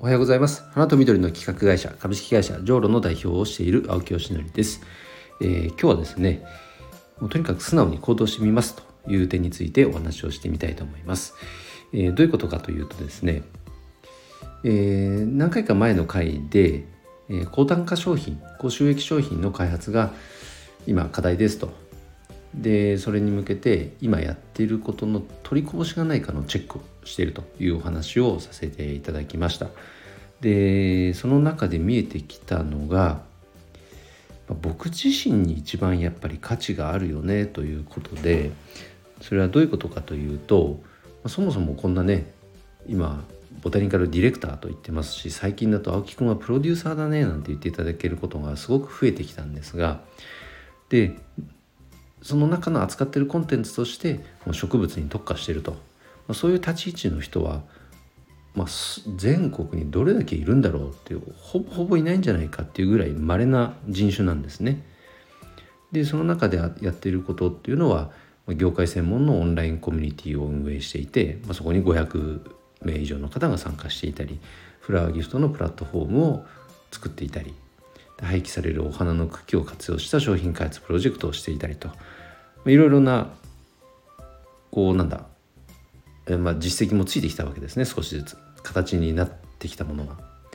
おはようございます。花と緑の企画会社株式会社ジョーロの代表をしている青木よしのりです。今日はですね、とにかく素直に行動してみますという点についてお話をしてみたいと思います。どういうことかというとですね、何回か前の回で、高単価商品、高収益商品の開発が今課題ですと。でそれに向けて今やっていることの取りこぼしがないかのチェックをしているというお話をさせていただきました。でその中で見えてきたのが、僕自身に一番やっぱり価値があるよねということで、それはどういうことかというと、そもそもこんなね、今ボタニカルディレクターと言ってますし、最近だと青木くんはプロデューサーだねなんて言っていただけることがすごく増えてきたんですが、でその中の扱っているコンテンツとして植物に特化していると、そういう立ち位置の人は、全国にどれだけいるんだろうっていう、ほぼいないんじゃないかっていうぐらい稀な人種なんですね。でその中でやっていることっていうのは、業界専門のオンラインコミュニティを運営していて、そこに500名以上の方が参加していたり、フラワーギフトのプラットフォームを作っていたり、廃棄されるお花の茎を活用した商品開発プロジェクトをしていたりと、いろいろな実績もついてきたわけですね。少しずつ形になってきたものが。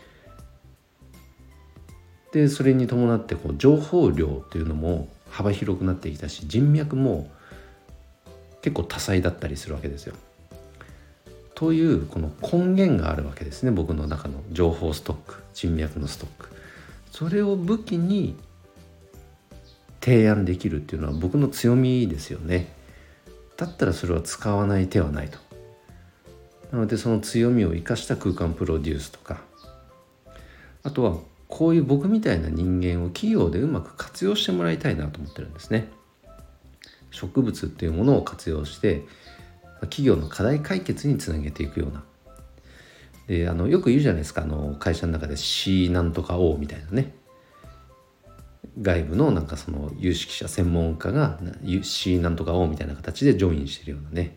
でそれに伴って情報量というのも幅広くなってきたし、人脈も結構多彩だったりするわけですよ。というこの根源があるわけですね。僕の中の情報ストック、人脈のストック、それを武器に提案できるっていうのは僕の強みですよね。だったらそれは使わない手はないと。なのでその強みを生かした空間プロデュースとか、あとはこういう僕みたいな人間を企業でうまく活用してもらいたいなと思ってるんですね。植物っていうものを活用して企業の課題解決につなげていくような。でよく言うじゃないですか、会社の中で C なんとか O みたいなね、外部のその有識者専門家が C なんとか O みたいな形でジョインしてるようなね。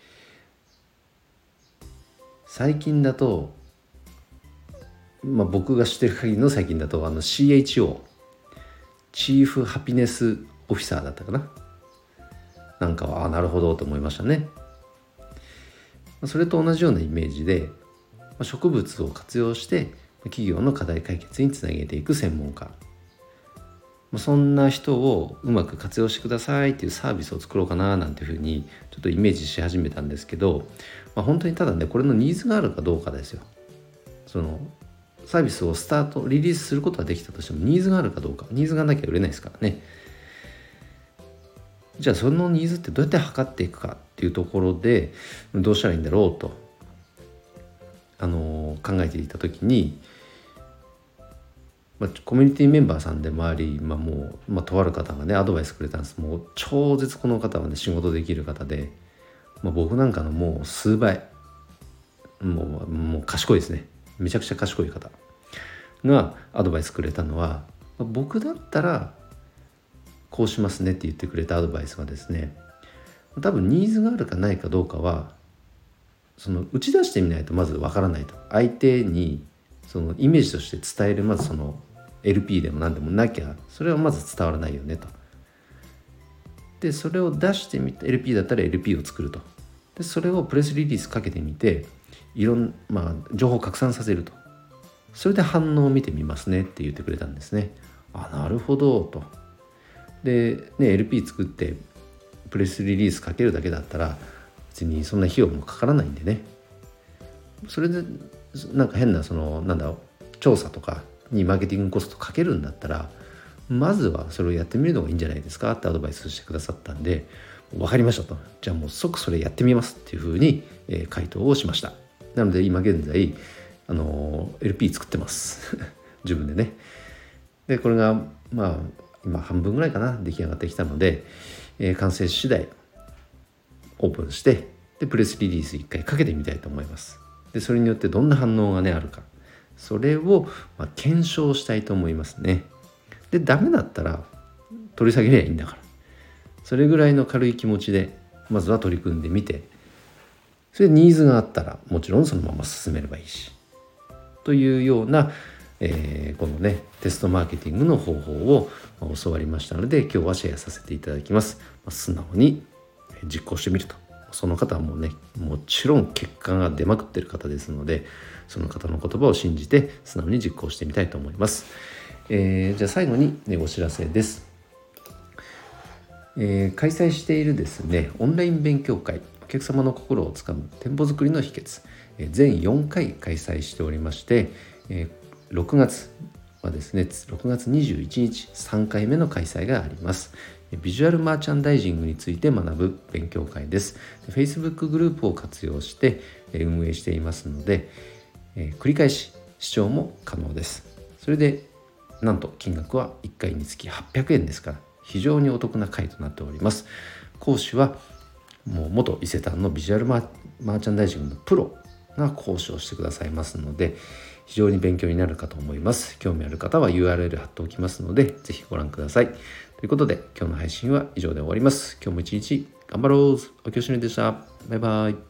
最近だと、僕が知ってる限りの最近だとCHO チーフハピネスオフィサーだったかな、なんかはなるほどと思いましたね。それと同じようなイメージで、植物を活用して企業の課題解決につなげていく専門家、そんな人をうまく活用してくださいっていうサービスを作ろうかななんていうふうにちょっとイメージし始めたんですけど、本当にただね、これのニーズがあるかどうかですよ。そのサービスをリリースすることはできたとしてもニーズがあるかどうか、ニーズがなきゃ売れないですからね。じゃあそのニーズってどうやって測っていくかっていうところでどうしたらいいんだろうと考えていた時に、コミュニティメンバーさんでもあり、とある方がねアドバイスくれたんです。もう超絶この方はね仕事できる方で、僕なんかのもう数倍もう賢いですね。めちゃくちゃ賢い方がアドバイスくれたのは、僕だったらこうしますねって言ってくれたアドバイスはですね、多分ニーズがあるかないかどうかはその打ち出してみないとまずわからないと。相手にそのイメージとして伝える、まずその LP でも何でもなきゃそれはまず伝わらないよねと。でそれを出してみて LP だったら LP を作ると。でそれをプレスリリースかけてみて情報を拡散させると。それで反応を見てみますねって言ってくれたんですね。なるほどと。で、LP 作ってプレスリリースかけるだけだったら別にそんな費用もかからないんでね。それで変な調査とかにマーケティングコストかけるんだったら、まずはそれをやってみるのがいいんじゃないですかってアドバイスしてくださったんで、分かりましたと。じゃあもう即それやってみますっていうふうに回答をしました。なので今現在LP 作ってます自分でね。でこれが今半分ぐらいかな出来上がってきたので、完成次第オープンしてでプレスリリース1回かけてみたいと思います。でそれによってどんな反応があるか、それを検証したいと思いますね。でダメだったら取り下げりゃいいんだから、それぐらいの軽い気持ちでまずは取り組んでみて、それでニーズがあったらもちろんそのまま進めればいいしというような、このねテストマーケティングの方法を教わりましたので、今日はシェアさせていただきます。素直に実行してみると、その方はもうねもちろん結果が出まくってる方ですので、その方の言葉を信じて素直に実行してみたいと思います。じゃあ最後に、お知らせです。開催しているですねオンライン勉強会、お客様の心をつかむ店舗作りの秘訣、全4回開催しておりまして、6月はですね6月21日3回目の開催があります。ビジュアルマーチャンダイジングについて学ぶ勉強会です。Facebook グループを活用して運営していますので、繰り返し視聴も可能です。それでなんと金額は1回につき800円ですから、非常にお得な会となっております。講師はもう元伊勢丹のビジュアルマーチャンダイジングのプロが講師をしてくださいますので、非常に勉強になるかと思います。興味ある方は URL 貼っておきますので、ぜひご覧ください。ということで今日の配信は以上で終わります。今日も一日頑張ろう。おきよしねでした。バイバイ。